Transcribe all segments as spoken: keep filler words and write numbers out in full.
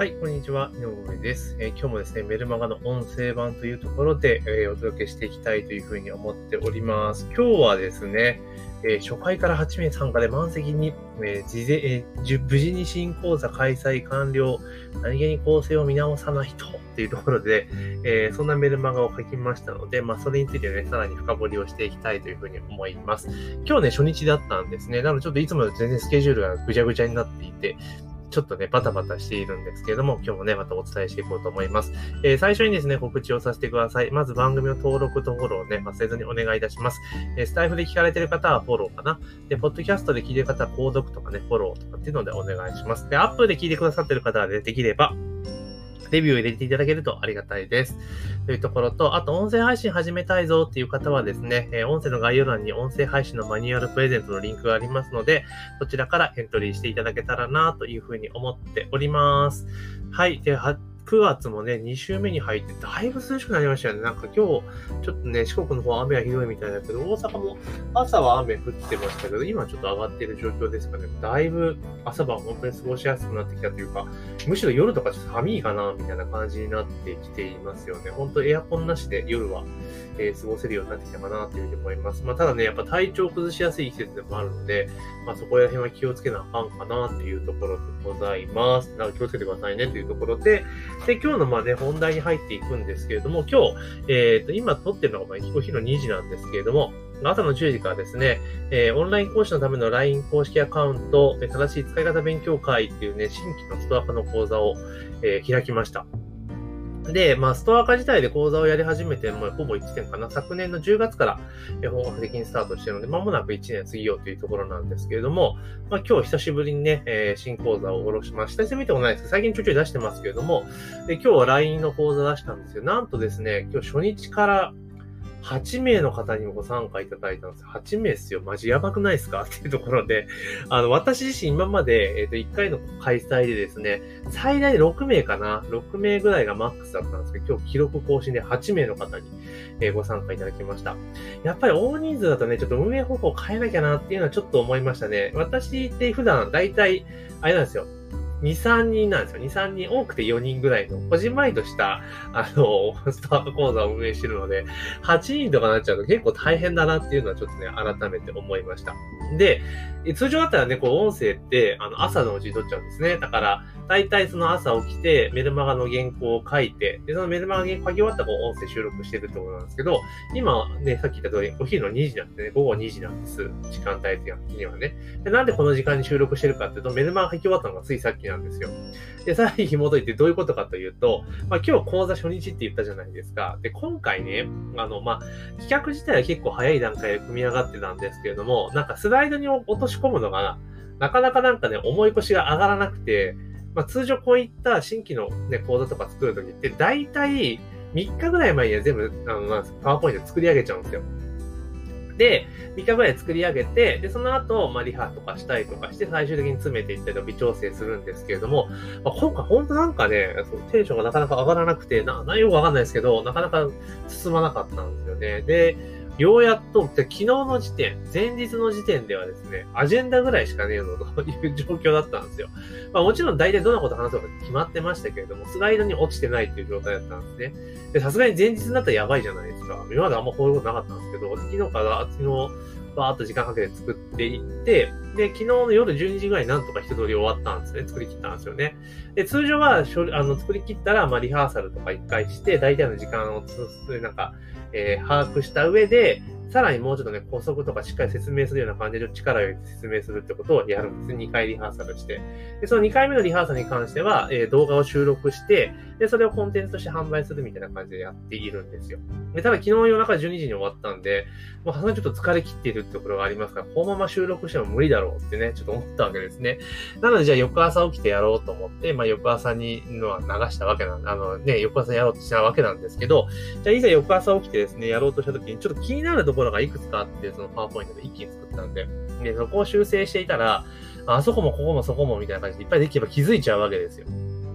はい、こんにちは。井上です、えー。今日もですね、メルマガの音声版というところで、えー、お届けしていきたいというふうに思っております。今日はですね、えー、初回からはちめい参加で満席に、えー事前えー、無事に新講座開催完了、何気に構成を見直さないとっていうところで、えー、そんなメルマガを書きましたので、まあ、それについてね、さらに深掘りをしていきたいというふうに思います。今日ね、初日だったんですね。なので、ちょっといつもより全然スケジュールがぐちゃぐちゃになっていて、ちょっとね、バタバタしているんですけれども、今日もね、またお伝えしていこうと思います。えー、最初にですね、告知をさせてください。まず番組の登録とフォローをね、忘れずにお願いいたします。えー、スタイフで聞かれている方はフォローかな。で、ポッドキャストで聞いている方は購読とかね、フォローとかっていうのでお願いします。で、アップで聞いてくださっている方はね、できれば、レビューを入れていただけるとありがたいです。というところと、あと音声配信始めたいぞっていう方はですね、えー、音声の概要欄に音声配信のマニュアルプレゼントのリンクがありますので、そちらからエントリーしていただけたらなというふうに思っております。はい。で、くがつもね、に週目に入って、だいぶ涼しくなりましたよね。なんか今日、ちょっとね、四国の方雨はひどいみたいだけど、大阪も朝は雨降ってましたけど、今ちょっと上がっている状況ですかね。だいぶ朝晩本当に過ごしやすくなってきたというか、むしろ夜とかちょっと寒いかな、みたいな感じになってきていますよね。本当エアコンなしで夜は、えー、過ごせるようになってきたかなというふうに思います。まあただね、やっぱ体調崩しやすい季節でもあるので、まあそこら辺は気をつけなあかんかなというところでございます。だから気をつけてくださいねというところで、で、今日のまあね、本題に入っていくんですけれども、今日、えっと、今撮ってるのがお昼のにじなんですけれども、朝のじゅうじからですね、えー、オンライン講師のための ライン 公式アカウント、正しい使い方勉強会っていうね、新規のストア化の講座を、えー、開きました。で、まあ、ストア化自体で講座をやり始めて、もうほぼいちねんかな。昨年のじゅうがつから本格的にスタートしているので、間もなくいちねん過ぎようというところなんですけれども、まあ、今日久しぶりにね、えー、新講座を下ろしました。してみてもないですけど、最近ちょいちょい出してますけれども、で今日は ライン の講座出したんですよ。なんとですね、今日初日からはちめいの方にもご参加いただいたんですよ。はちめいですよ。マジやばくないですかっていうところで、あの、私自身今まで、えっと、いっかいの開催でですね、最大ろくめいかな ?ろくめいぐらいがマックスだったんですけど、今日記録更新ではちめいの方に、えー、ご参加いただきました。やっぱり大人数だとね、ちょっと運営方法を変えなきゃなっていうのはちょっと思いましたね。私って普段、だいたい、あれなんですよ。に、さんにんなんですよ。に、さんにん、多くてよにんぐらいの、こじんまりとした、あの、スタート講座を運営してるので、はちにんとかなっちゃうと結構大変だなっていうのはちょっとね、改めて思いました。で、通常だったらね、こう、音声って、あの、朝のうちに撮っちゃうんですね。だから、大体その朝起きて、メルマガの原稿を書いて、で、そのメルマガの原稿書き終わったら、こう、音声収録してるってことなんですけど、今ね、さっき言った通り、お昼のにじなんでね、午後にじなんです。時間帯的にはね。で、なんでこの時間に収録してるかっていうと、メルマガ書き終わったのがついさっきなんですよ。で、さらに紐解いてどういうことかというと、まあ今日講座初日って言ったじゃないですか。で、今回ね、あの、まあ、企画自体は結構早い段階で組み上がってたんですけれども、なんかスライドに落とし込むのが、なかなかなんかね、重い腰が上がらなくて、まあ通常こういった新規のね、講座とか作るときって、だいたいみっかぐらい前には全部、あの、まあ、パワーポイントで作り上げちゃうんですよ。で、みっかぐらい作り上げて、で、その後、まあ、リハとかしたりとかして、最終的に詰めていったりと微調整するんですけれども、まあ、今回ほんとなんかね、そのテンションがなかなか上がらなくて、な、内容がわかんないですけど、なかなか進まなかったんですよね。で、ようやっと、昨日の時点、前日の時点ではですね、アジェンダぐらいしかねえぞという状況だったんですよ。まあもちろん大体どんなこと話すのか決まってましたけれども、スライドに落ちてないっていう状態だったんですね。で、さすがに前日になったらやばいじゃないですか。今まであんまこういうことなかったんですけど、昨日から、昨日、バーっと時間かけて作っていって、で、昨日の夜じゅうにじぐらいになんとか一通り終わったんですね。作り切ったんですよね。で、通常は、あの、作り切ったら、まあ、リハーサルとか一回して、大体の時間をつ、なんか、えー、把握した上で、さらにもうちょっとね、補足とかしっかり説明するような感じで力を入れて説明するってことをやるんです。にかいリハーサルして。で、そのにかいめのリハーサルに関しては、えー、動画を収録して、で、それをコンテンツとして販売するみたいな感じでやっているんですよ。で、ただ昨日夜中じゅうにじに終わったんで、もうさすがにちょっと疲れ切っているってところがありますから、このまま収録しても無理だろうってね、ちょっと思ったわけですね。なので、じゃあ翌朝起きてやろうと思って、まあ翌朝にのは流したわけなんで、あのね、翌朝やろうとしたわけなんですけど、じゃあいざ翌朝起きてですね、やろうとした時に、ちょっと気になるところがいくつかあって、そのパワーポイントで一気に作ったんで、で、そこを修正していたら、あそこもここもそこもみたいな感じでいっぱいできれば気づいちゃうわけですよ。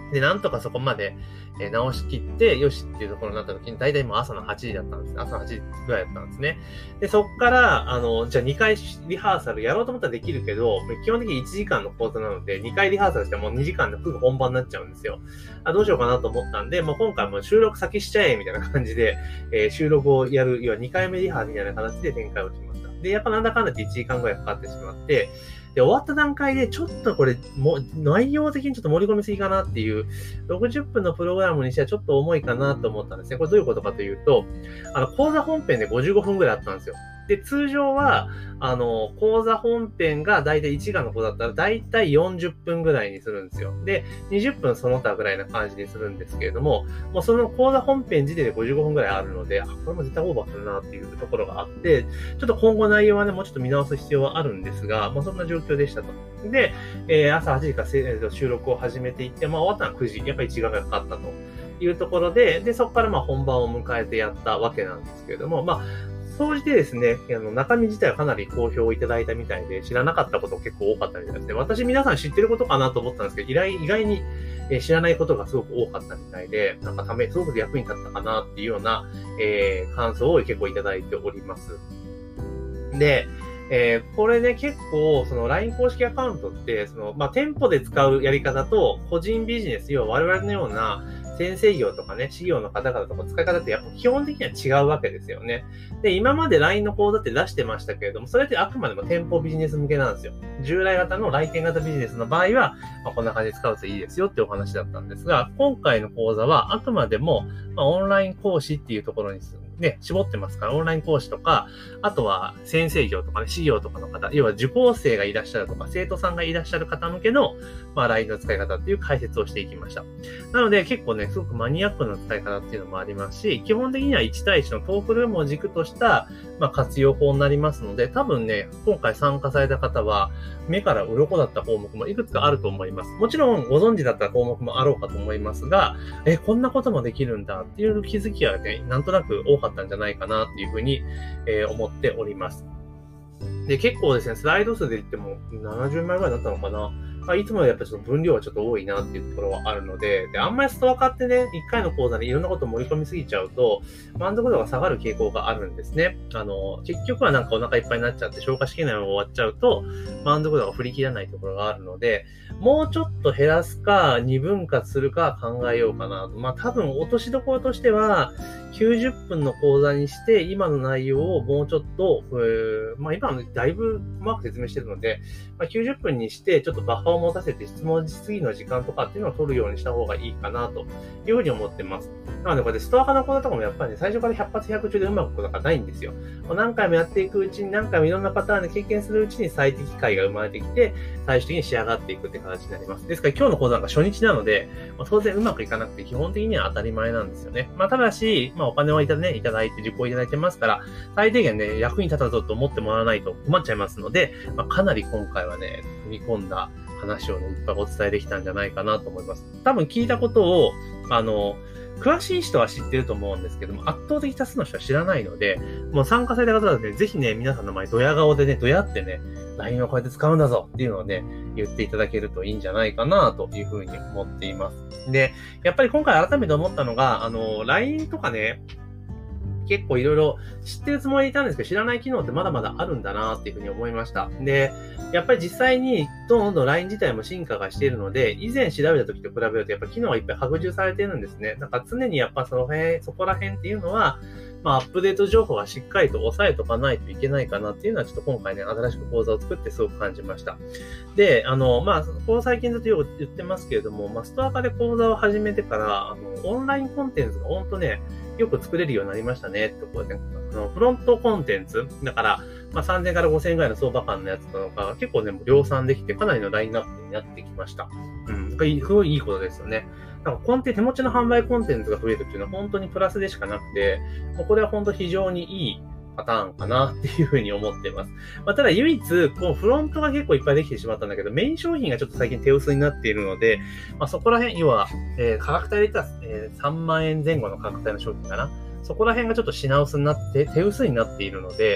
で、なんとかそこまで、えー直しきって、よしっていうところになった時に、だいたいもう朝のはちじだったんですね。朝のはちじぐらいだったんですね。で、そっから、あの、じゃあにかいリハーサルやろうと思ったらできるけど、基本的にいちじかんの講座なので、にかいリハーサルしてもうにじかんですぐ本番になっちゃうんですよ。あ、どうしようかなと思ったんで、もう今回も収録先しちゃえ、みたいな感じで、えー収録をやる、要はにかいめリハみたいな形で展開をしました。で、やっぱなんだかんだっていちじかんぐらいかかってしまって、で、終わった段階でちょっとこれ、も内容的にちょっと盛り込みすぎかなっていう、ろくじゅっぷんのプログラムにしてはちょっと重いかなと思ったんですね。これどういうことかというと、あの、講座本編でごじゅうごふんぐらいあったんですよ。で、通常は、あの、講座本編がだいたいいちじかんの講座だったらだいたいよんじゅっぷんぐらいにするんですよ。で、にじゅっぷんその他ぐらいな感じにするんですけれども、もうその講座本編自体でごじゅうごふんぐらいあるので、あ、これも絶対オーバーするなっていうところがあって、ちょっと今後内容はね、もうちょっと見直す必要はあるんですが、まあそんな状況でしたと。で、えー、朝はちじから収録を始めていって、まあ終わったのはくじ、やっぱりいちじかんがかかったというところで、で、そこからまあ本番を迎えてやったわけなんですけれども、まあ、総じてですね、あの、中身自体はかなり好評をいただいたみたいで、知らなかったこと結構多かったみたいですね。私皆さん知ってることかなと思ったんですけど、意外意外に知らないことがすごく多かったみたいで、なんかため、すごく役に立ったかなっていうような、えー、感想を結構いただいております。で、えー、これね、結構、その ライン 公式アカウントって、その、まあ、店舗で使うやり方と、個人ビジネス、要は我々のような、先生業とかね、事業の方々とか使い方ってやっぱ基本的には違うわけですよね。で、今まで ライン の講座って出してましたけれども、それってあくまでも店舗ビジネス向けなんですよ。従来型の来店型ビジネスの場合は、まあ、こんな感じで使うといいですよっていうお話だったんですが、今回の講座はあくまでも、まあ、オンライン講師っていうところにね、絞ってますから、オンライン講師とか、あとは先生業とかね、事業とかの方、要は受講生がいらっしゃるとか、生徒さんがいらっしゃる方向けの、まあ、ライン の使い方っていう解説をしていきました。なので、結構ね、すごくマニアックな使い方っていうのもありますし、基本的にはいち対いちのトークルームを軸とした、まあ、活用法になりますので、多分ね、今回参加された方は、目から鱗だった項目もいくつかあると思います。もちろん、ご存知だった項目もあろうかと思いますが、え、こんなこともできるんだっていう気づきはね、なんとなく多かったんじゃないかなっていうふうに、えー、思っております。で、結構ですね、スライド数で言ってもななじゅうまいぐらいだったのかな。まあ、いつもよりやっぱりちょっと分量はちょっと多いなっていうところはあるので、で、あんまりストア化ってね、いっかいの講座にいろんなことを盛り込みすぎちゃうと、満足度が下がる傾向があるんですね。あの、結局はなんかお腹いっぱいになっちゃって消化しきれないまま終わっちゃうと、満足度が振り切らないところがあるので、もうちょっと減らすか、二分割するか考えようかなと。まあ多分落としどころとしては、きゅうじゅっぷんの講座にして、今の内容をもうちょっと、えー、まあ今はだいぶうまく説明してるので、まあ、きゅうじゅっぷんにして、ちょっとバッファーを持たせて質問次の時間とかっていうのを取るようにした方がいいかなというふうに思ってます。なのでこれストア化の講座とかもやっぱりね、最初からひゃく発ひゃく中でうまくことがないんですよ。何回もやっていくうちに、何回もいろんなパターンで経験するうちに最適解が生まれてきて、最終的に仕上がっていくって形になります。ですから今日の講座なんか初日なので、まあ、当然うまくいかなくて基本的には当たり前なんですよね。まあただし、まあお金をいただ、ね、いただいて受講いただいてますから、最低限ね、役に立たぞと思ってもらわないと困っちゃいますので、まあ、かなり今回はね、踏み込んだ話をね、いっぱいお伝えできたんじゃないかなと思います。多分聞いたことを、あの、詳しい人は知ってると思うんですけども、圧倒的多数の人は知らないので、もう参加された方はね、ぜひね、皆さんの前にドヤ顔でね、ドヤってね、ライン をこうやって使うんだぞっていうのをね、言っていただけるといいんじゃないかなというふうに思っています。で、やっぱり今回改めて思ったのが、あの、ライン とかね、結構いろいろ知ってるつもりでいたんですけど、知らない機能ってまだまだあるんだなっていうふうに思いました。で、やっぱり実際にどんどんどん ライン 自体も進化がしているので、以前調べた時と比べるとやっぱ機能がいっぱい拡充されているんですね。だから常にやっぱその辺、そこら辺っていうのは、まあアップデート情報はしっかりと押さえとかないといけないかなっていうのはちょっと今回ね、新しく講座を作ってすごく感じました。で、あの、まあ、この最近ずっとよく言ってますけれども、まあ、ストア化で講座を始めてから、あの、オンラインコンテンツがほんとね、よく作れるようになりましたねってところで、あの、フロントコンテンツ、だから、まあ、さんぜんからごせんえんぐらいの相場感のやつとか、結構ね、量産できて、かなりのラインナップになってきました。うん。すごいいいことですよね。だからコンテンツ、手持ちの販売コンテンツが増えるっていうのは本当にプラスでしかなくて、もうこれは本当非常にいいパターンかなっていうふうに思っています。まあ、ただ唯一、こうフロントが結構いっぱいできてしまったんだけど、メイン商品がちょっと最近手薄になっているので、まあ、そこら辺、要は、えー、価格帯で言ったら、えー、さんまんえんぜん後の価格帯の商品かな。そこら辺がちょっと品薄になって、手薄になっているので、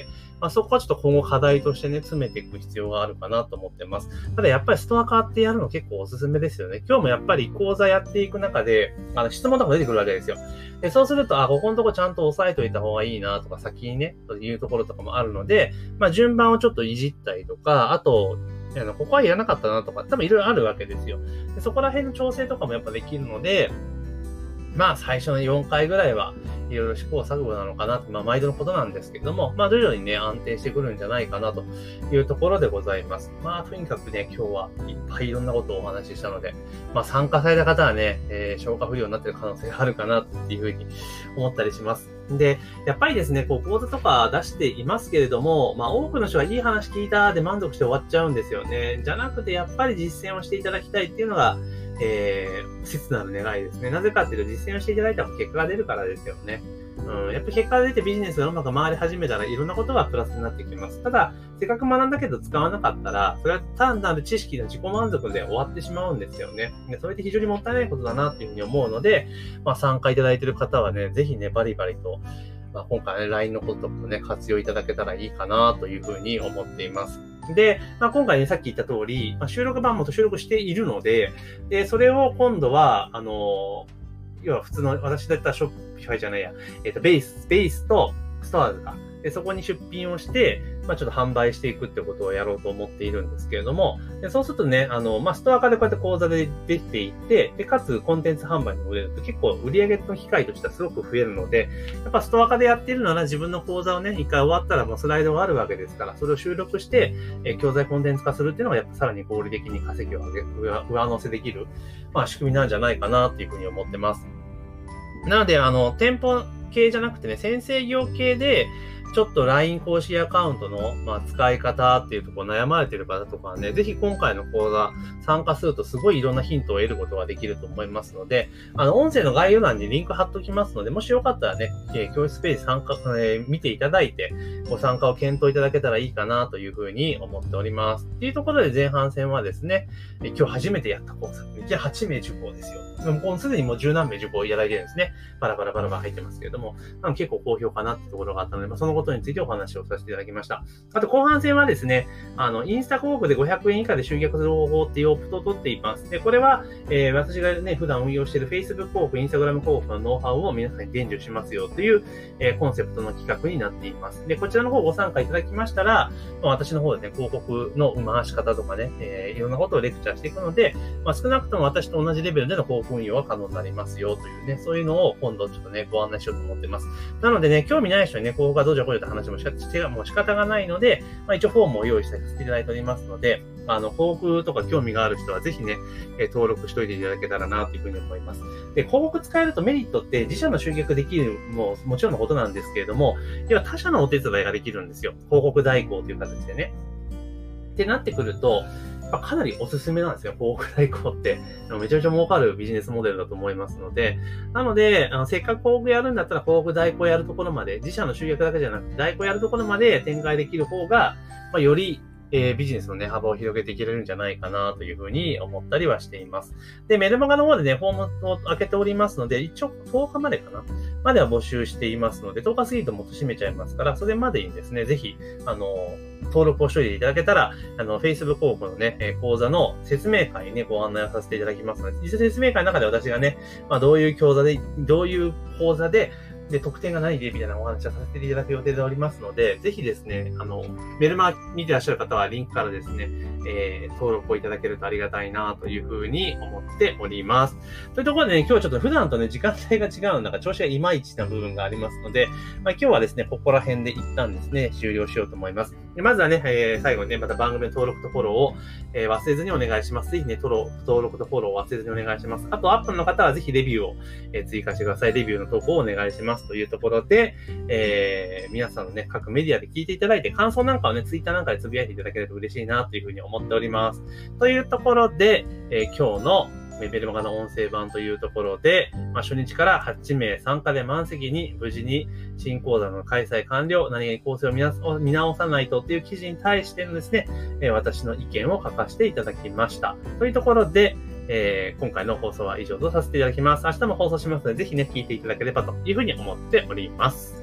まあ、そこはちょっと今後課題としてね、詰めていく必要があるかなと思ってます。ただやっぱりストア化ってやるの結構おすすめですよね。今日もやっぱり講座やっていく中で、あの質問とか出てくるわけですよ。で、そうすると、あ、ここのとこちゃんと押さえといた方がいいなとか、先にね、というところとかもあるので、まあ順番をちょっといじったりとか、あと、あのここはいらなかったなとか、多分いろいろあるわけですよ。でそこら辺の調整とかもやっぱできるので、まあ最初のよんかいぐらいはいろいろ試行錯誤なのかなと、まあ毎度のことなんですけども、まあ徐々にね、安定してくるんじゃないかなというところでございます。まあとにかくね、今日はいっぱいいろんなことをお話ししたので、まあ参加された方はね、えー、消化不良になっている可能性があるかなっていうふうに思ったりします。で、やっぱりですね、こう講座とか出していますけれども、まあ多くの人がいい話聞いたで満足して終わっちゃうんですよね。じゃなくてやっぱり実践をしていただきたいっていうのが、えー、切なる願いですね。なぜかっていうと実践をしていただいたら結果が出るからですよね。うん、やっぱり結果が出てビジネスがうまく回り始めたらいろんなことがプラスになってきます。ただ、せっかく学んだけど使わなかったら、それは単なる知識の自己満足で終わってしまうんですよね。でそれって非常にもったいないことだなっていうふうに思うので、まあ参加いただいている方はね、ぜひね、バリバリと、まあ、今回ね、ライン のこともね、活用いただけたらいいかなというふうに思っています。で、まあ、今回ね、さっき言った通り、まあ、収録版も収録しているので、で、それを今度は、あの、要は普通の、私だったらショッピファイじゃないや、えっと、ベース、ベースとストアーズか。で、そこに出品をして、まあちょっと販売していくってことをやろうと思っているんですけれども、でそうするとね、あの、まあストア化でこうやって講座で出ていって、で、かつコンテンツ販売に売れると結構売上の機会としてはすごく増えるので、やっぱストア化でやっているなら自分の講座をね、一回終わったらもうスライドがあるわけですから、それを収録して、え教材コンテンツ化するっていうのがやっぱさらに合理的に稼ぎを上げ、上、上乗せできる、まあ仕組みなんじゃないかなっていうふうに思ってます。なので、あの、店舗系じゃなくてね、先生業系で、ちょっと ライン 公式アカウントの、まあ、使い方っていうところ悩まれている方とかはね、ぜひ今回の講座参加するとすごいいろんなヒントを得ることができると思いますので、あの、音声の概要欄にリンク貼っときますので、もしよかったらね、えー、教室ページ参加、えー、見ていただいて、ご参加を検討いただけたらいいかなというふうに思っております。っていうところで前半戦はですね、えー、今日初めてやった講座、いきなりはちめい受講ですよ。もうすでにもう十何名受講いただいてるんですね。バラバラバラバラ入ってますけれども、結構好評かなってところがあったので、まあ、そのことについてお話をさせていただきました。あと後半戦はですね、あの、インスタ広告でごひゃくえん以下で集客する方法っていうオプトを取っています。で、これは、えー、私がね、普段運用している Facebook 広告、Instagram 広告のノウハウを皆さんに伝授しますよという、えー、コンセプトの企画になっています。で、こちらの方ご参加いただきましたら、まあ、私の方でね、広告の回し方とかね、えー、いろんなことをレクチャーしていくので、まあ、少なくとも私と同じレベルでの広告運用は可能になりますよというね、そういうのを今度ちょっとね、ご案内しようと思ってます。なのでね、興味ない人にね、広告がどうじゃこうじゃって話もしかして、もう仕方がないので、まあ、一応フォームを用意させていただいておりますので、あの、広告とか興味がある人はぜひね、えー、登録しといていただけたらなというふうに思います。で、広告使えるとメリットって自社の集客できるももちろんのことなんですけれども、要は他社のお手伝いができるんですよ。広告代行という形でね。ってなってくると、かなりおすすめなんですよ、広告代行って。めちゃめちゃ儲かるビジネスモデルだと思いますので、なので、あのせっかく広告やるんだったら広告代行やるところまで、自社の集客だけじゃなくて代行やるところまで展開できる方が、まあ、よりえー、ビジネスのね、幅を広げていけれるんじゃないかなというふうに思ったりはしています。で、メルマガの方でね、フォームを開けておりますので、一応とおかまでかなまでは募集していますので、とおか過ぎるともっと閉めちゃいますから、それまでにですね、ぜひ、あの、登録をしておいていただけたら、あの、Facebook 広告のね、講座の説明会にね、ご案内をさせていただきますので、実際説明会の中で私がね、まあ、どういう講座で、どういう講座で、で、特典が何でみたいなお話をさせていただく予定でおりますので、ぜひですね、あの、メルマ見てらっしゃる方はリンクからですね、えー、登録をいただけるとありがたいなというふうに思っております。というところでね、今日はちょっと普段とね、時間帯が違う、なんか調子がいまいちな部分がありますので、まあ、今日はですね、ここら辺で一旦ですね、終了しようと思います。でまずはね、えー、最後にね、また番組の登録とフォローを、えー、忘れずにお願いします。ぜひね、登録とフォローを忘れずにお願いします。あと、アップルの方はぜひレビューを、えー、追加してください。レビューの投稿をお願いしますというところで、えー、皆さんのね、各メディアで聞いていただいて、感想なんかをね、ツイッターなんかでつぶやいていただけると嬉しいなというふうに思っております。というところで、えー、今日のメルマガの音声版というところで、まあ、初日からはちめい参加で満席に無事に新講座の開催完了、何気に構成を見直見直さないとっていう記事に対してのですね、えー、私の意見を書かせていただきました。というところで、えー、今回の放送は以上とさせていただきます。明日も放送しますので、ぜひね、聞いていただければというふうに思っております。